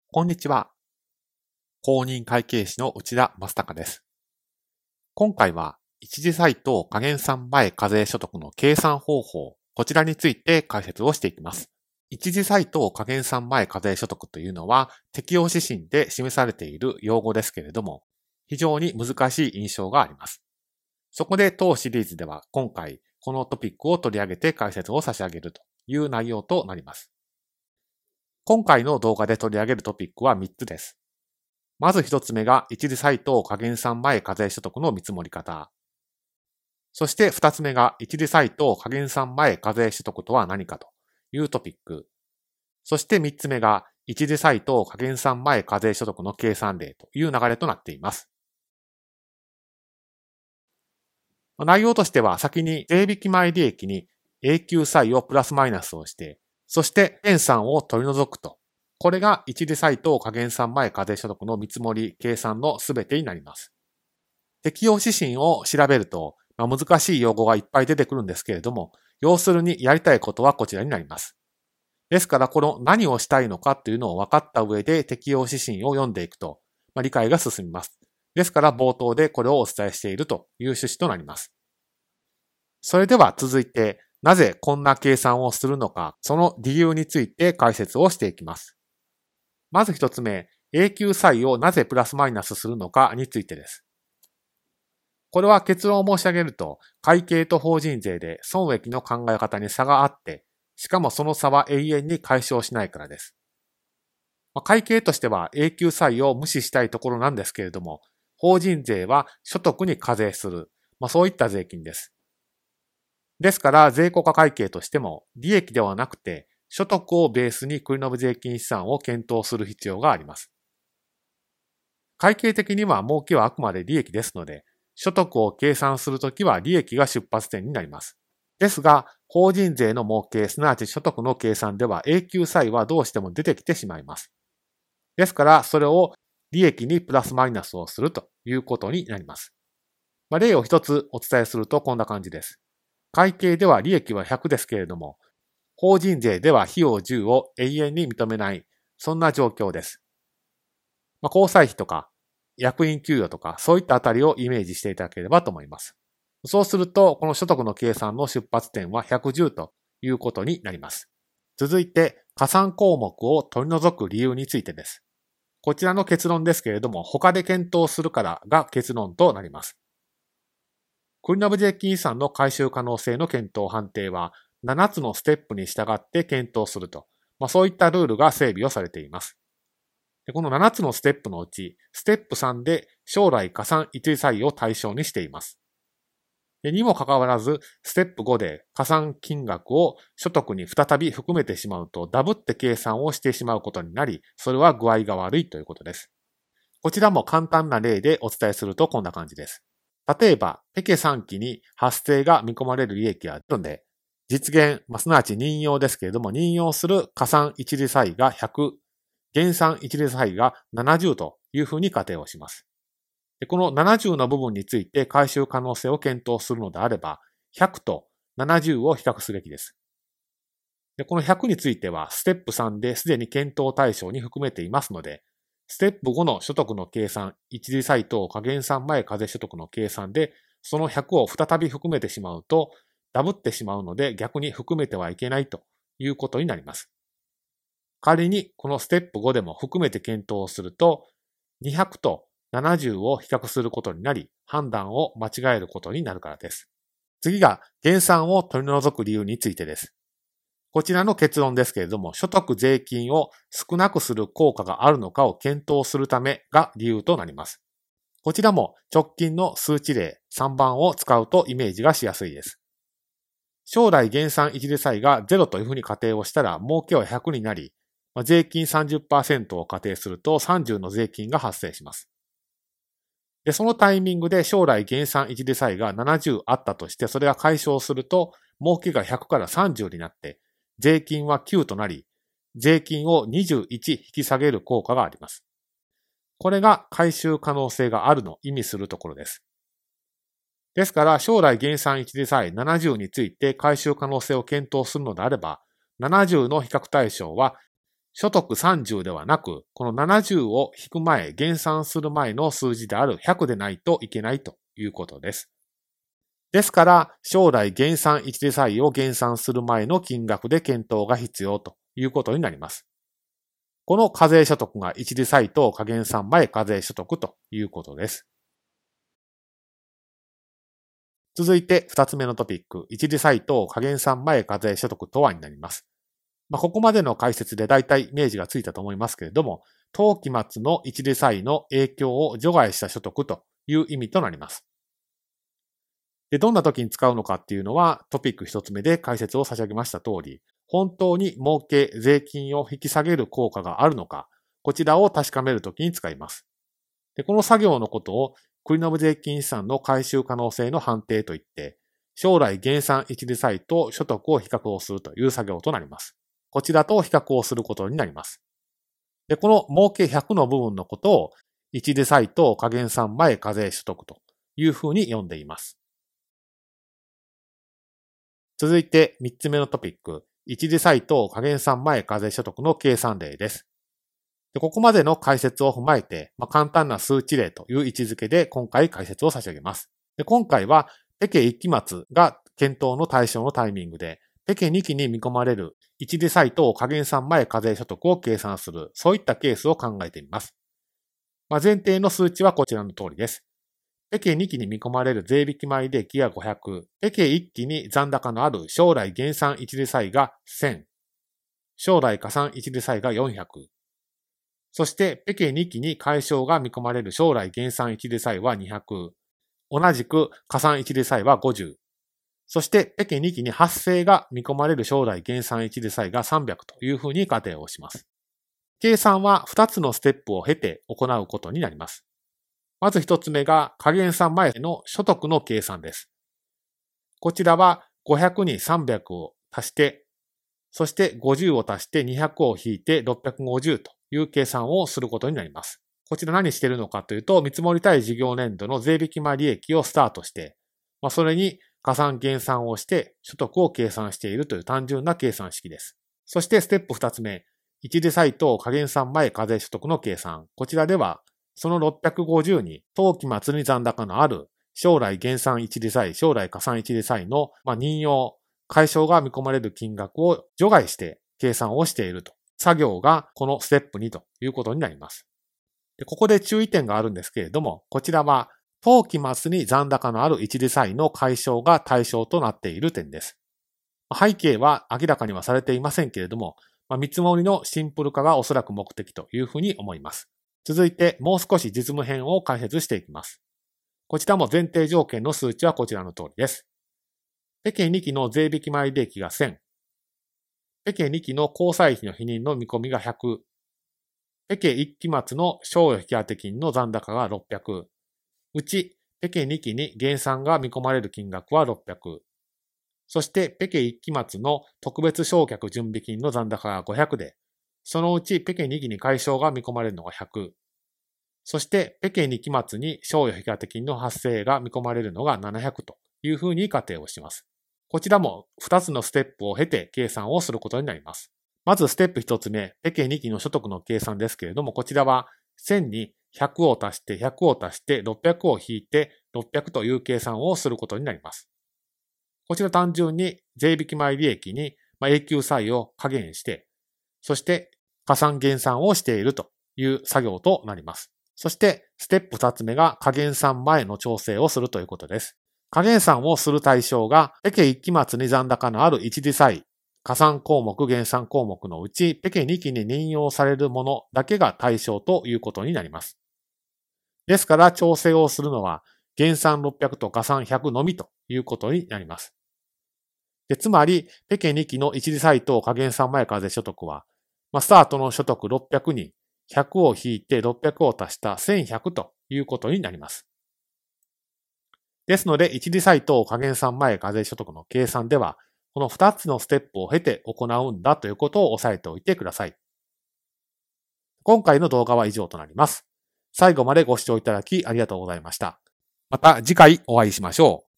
こんにちは。公認会計士の内田正孝です。今回は、一次債等加減算前課税所得の計算方法、こちらについて解説をしていきます。一次債等加減算前課税所得というのは、適用指針で示されている用語ですけれども、非常に難しい印象があります。そこで当シリーズでは今回、このトピックを取り上げて解説を差し上げるという内容となります。今回の動画で取り上げるトピックは3つです。まず1つ目が一次債等加減算前課税所得の見積もり方。そして2つ目が一次債等加減算前課税所得とは何かというトピック。そして3つ目が一次債等加減算前課税所得の計算例という流れとなっています。内容としては先に税引き前利益に永久債をプラスマイナスをして、そして減算を取り除くと。これが一次債等加減算前課税所得の見積もり計算のすべてになります。適用指針を調べると、難しい用語がいっぱい出てくるんですけれども、要するにやりたいことはこちらになります。ですからこの何をしたいのかというのを分かった上で適用指針を読んでいくと、理解が進みます。ですから冒頭でこれをお伝えしているという趣旨となります。それでは続いて、なぜこんな計算をするのか、その理由について解説をしていきます。まず一つ目、永久債をなぜプラスマイナスするのかについてです。これは結論を申し上げると、会計と法人税で損益の考え方に差があって、しかもその差は永遠に解消しないからです。会計としては永久債を無視したいところなんですけれども、法人税は所得に課税する、そういった税金です。ですから税効果会計としても利益ではなくて所得をベースに繰り延び税金資産を検討する必要があります。会計的には儲けはあくまで利益ですので、所得を計算するときは利益が出発点になります。ですが、法人税の儲け、すなわち所得の計算では永久債はどうしても出てきてしまいます。ですから、それを利益にプラスマイナスをするということになります。例を一つお伝えするとこんな感じです。会計では利益は100ですけれども、法人税では費用10を永遠に認めない、そんな状況です。交際費とか役員給与とかそういったあたりをイメージしていただければと思います。そうすると、この所得の計算の出発点は110ということになります。続いて、加算項目を取り除く理由についてです。こちらの結論ですけれども、他で検討するからが結論となります。繰り延び税金資産の回収可能性の検討判定は7つのステップに従って検討すると、そういったルールが整備をされています。この7つのステップのうち、ステップ3で将来加算一時債を対象にしています。にもかかわらず、ステップ5で加算金額を所得に再び含めてしまうとダブって計算をしてしまうことになり、それは具合が悪いということです。こちらも簡単な例でお伝えするとこんな感じです。例えば、ペケ3期に発生が見込まれる利益があるので、実現、すなわち任用ですけれども、任用する加算一時債が100、減算一時債が70というふうに仮定をします。この70の部分について回収可能性を検討するのであれば、100と70を比較すべきです。この100については、ステップ3ですでに検討対象に含めていますので、ステップ5の所得の計算、一時債等加減算前課税所得の計算で、その100を再び含めてしまうと、ダブってしまうので逆に含めてはいけないということになります。仮にこのステップ5でも含めて検討をすると、200と70を比較することになり、判断を間違えることになるからです。次が減算を取り除く理由についてです。こちらの結論ですけれども、所得税金を少なくする効果があるのかを検討するためが理由となります。こちらも直近の数値例3番を使うとイメージがしやすいです。将来減算一時債が0というふうに仮定をしたら儲けは100になり、税金 30% を仮定すると30の税金が発生します。で、そのタイミングで将来減算一時債が70あったとして、それが解消すると儲けが100から30になって、税金は9となり、税金を21引き下げる効果があります。これが回収可能性があるの意味するところです。ですから、将来減算一時債70について回収可能性を検討するのであれば、70の比較対象は所得30ではなく、この70を引く前、減算する前の数字である100でないといけないということです。ですから、将来減算一時債を減算する前の金額で検討が必要ということになります。この課税所得が一時債等加減算前課税所得ということです。続いて2つ目のトピック、一時債等加減算前課税所得とはになります。ここまでの解説で大体イメージがついたと思いますけれども、当期末の一時債の影響を除外した所得という意味となります。で、どんな時に使うのかっていうのはトピック1つ目で解説を差し上げました通り、本当に儲け、税金を引き下げる効果があるのか、こちらを確かめるときに使います。で、この作業のことを繰延税金資産の回収可能性の判定といって、将来減算一時債と所得を比較をするという作業となります。こちらと比較をすることになります。で、この儲け100の部分のことを一時債と加減算前課税所得というふうに呼んでいます。続いて3つ目のトピック、一時債と加減算前課税所得の計算例です。で、ここまでの解説を踏まえて、簡単な数値例という位置づけで今回解説を差し上げます。で、今回はペケ1期末が検討の対象のタイミングで、ペケ2期に見込まれる一時債と加減算前課税所得を計算する、そういったケースを考えてみます。前提の数値はこちらの通りです。ペケ2期に見込まれる税引き前利益が500、ペケ1期に残高のある将来減算一時債が1000、将来加算一時債が400、そしてペケ2期に解消が見込まれる将来減算一時債は200、同じく加算一時債は50、そしてペケ2期に発生が見込まれる将来減算一時債が300というふうに仮定をします。計算は2つのステップを経て行うことになります。まず1つ目が加減算前の所得の計算です。こちらは500に300を足して、そして50を足して200を引いて650という計算をすることになります。こちら何しているのかというと、見積もり対事業年度の税引き前利益をスタートして、それに加算減算をして所得を計算しているという単純な計算式です。そしてステップ2つ目、一時債等加減算前課税所得の計算。こちらでは、その650に当期末に残高のある将来減算一時債、将来加算一時債の任用、解消が見込まれる金額を除外して計算をしていると。作業がこのステップ2ということになります。で、ここで注意点があるんですけれども、こちらは当期末に残高のある一時債の解消が対象となっている点です。背景は明らかにはされていませんけれども、見積もりのシンプル化がおそらく目的というふうに思います。続いてもう少し実務編を解説していきます。こちらも前提条件の数値はこちらの通りです。ペケ2期の税引き前利益が1000。ペケ2期の交際費の否認の見込みが100。ペケ1期末の賞与引当金の残高が600。うち、ペケ2期に減算が見込まれる金額は600。そして、ペケ1期末の特別償却準備金の残高が500で、そのうちペケ2期に解消が見込まれるのが100。そして、ペケ2期末に賞与引当金の発生が見込まれるのが700というふうに仮定をします。こちらも2つのステップを経て計算をすることになります。まずステップ1つ目、ペケ2期の所得の計算ですけれども、こちらは1000に100を足して100を足して600を引いて600という計算をすることになります。こちら単純に税引き前利益に永久債を加減して、そして加算減算をしているという作業となります。そしてステップ2つ目が加減算前の調整をするということです。加減算をする対象がペケ1期末に残高のある一時債、加算項目、減算項目のうちペケ2期に任用されるものだけが対象ということになります。ですから調整をするのは減算600と加算100のみということになります。で、つまり、ペケ2期の一時債等加減算前課税所得は、スタートの所得600に100を引いて600を足した1100ということになります。ですので、一時債等加減算前課税所得の計算では、この2つのステップを経て行うんだということを押さえておいてください。今回の動画は以上となります。最後までご視聴いただきありがとうございました。また次回お会いしましょう。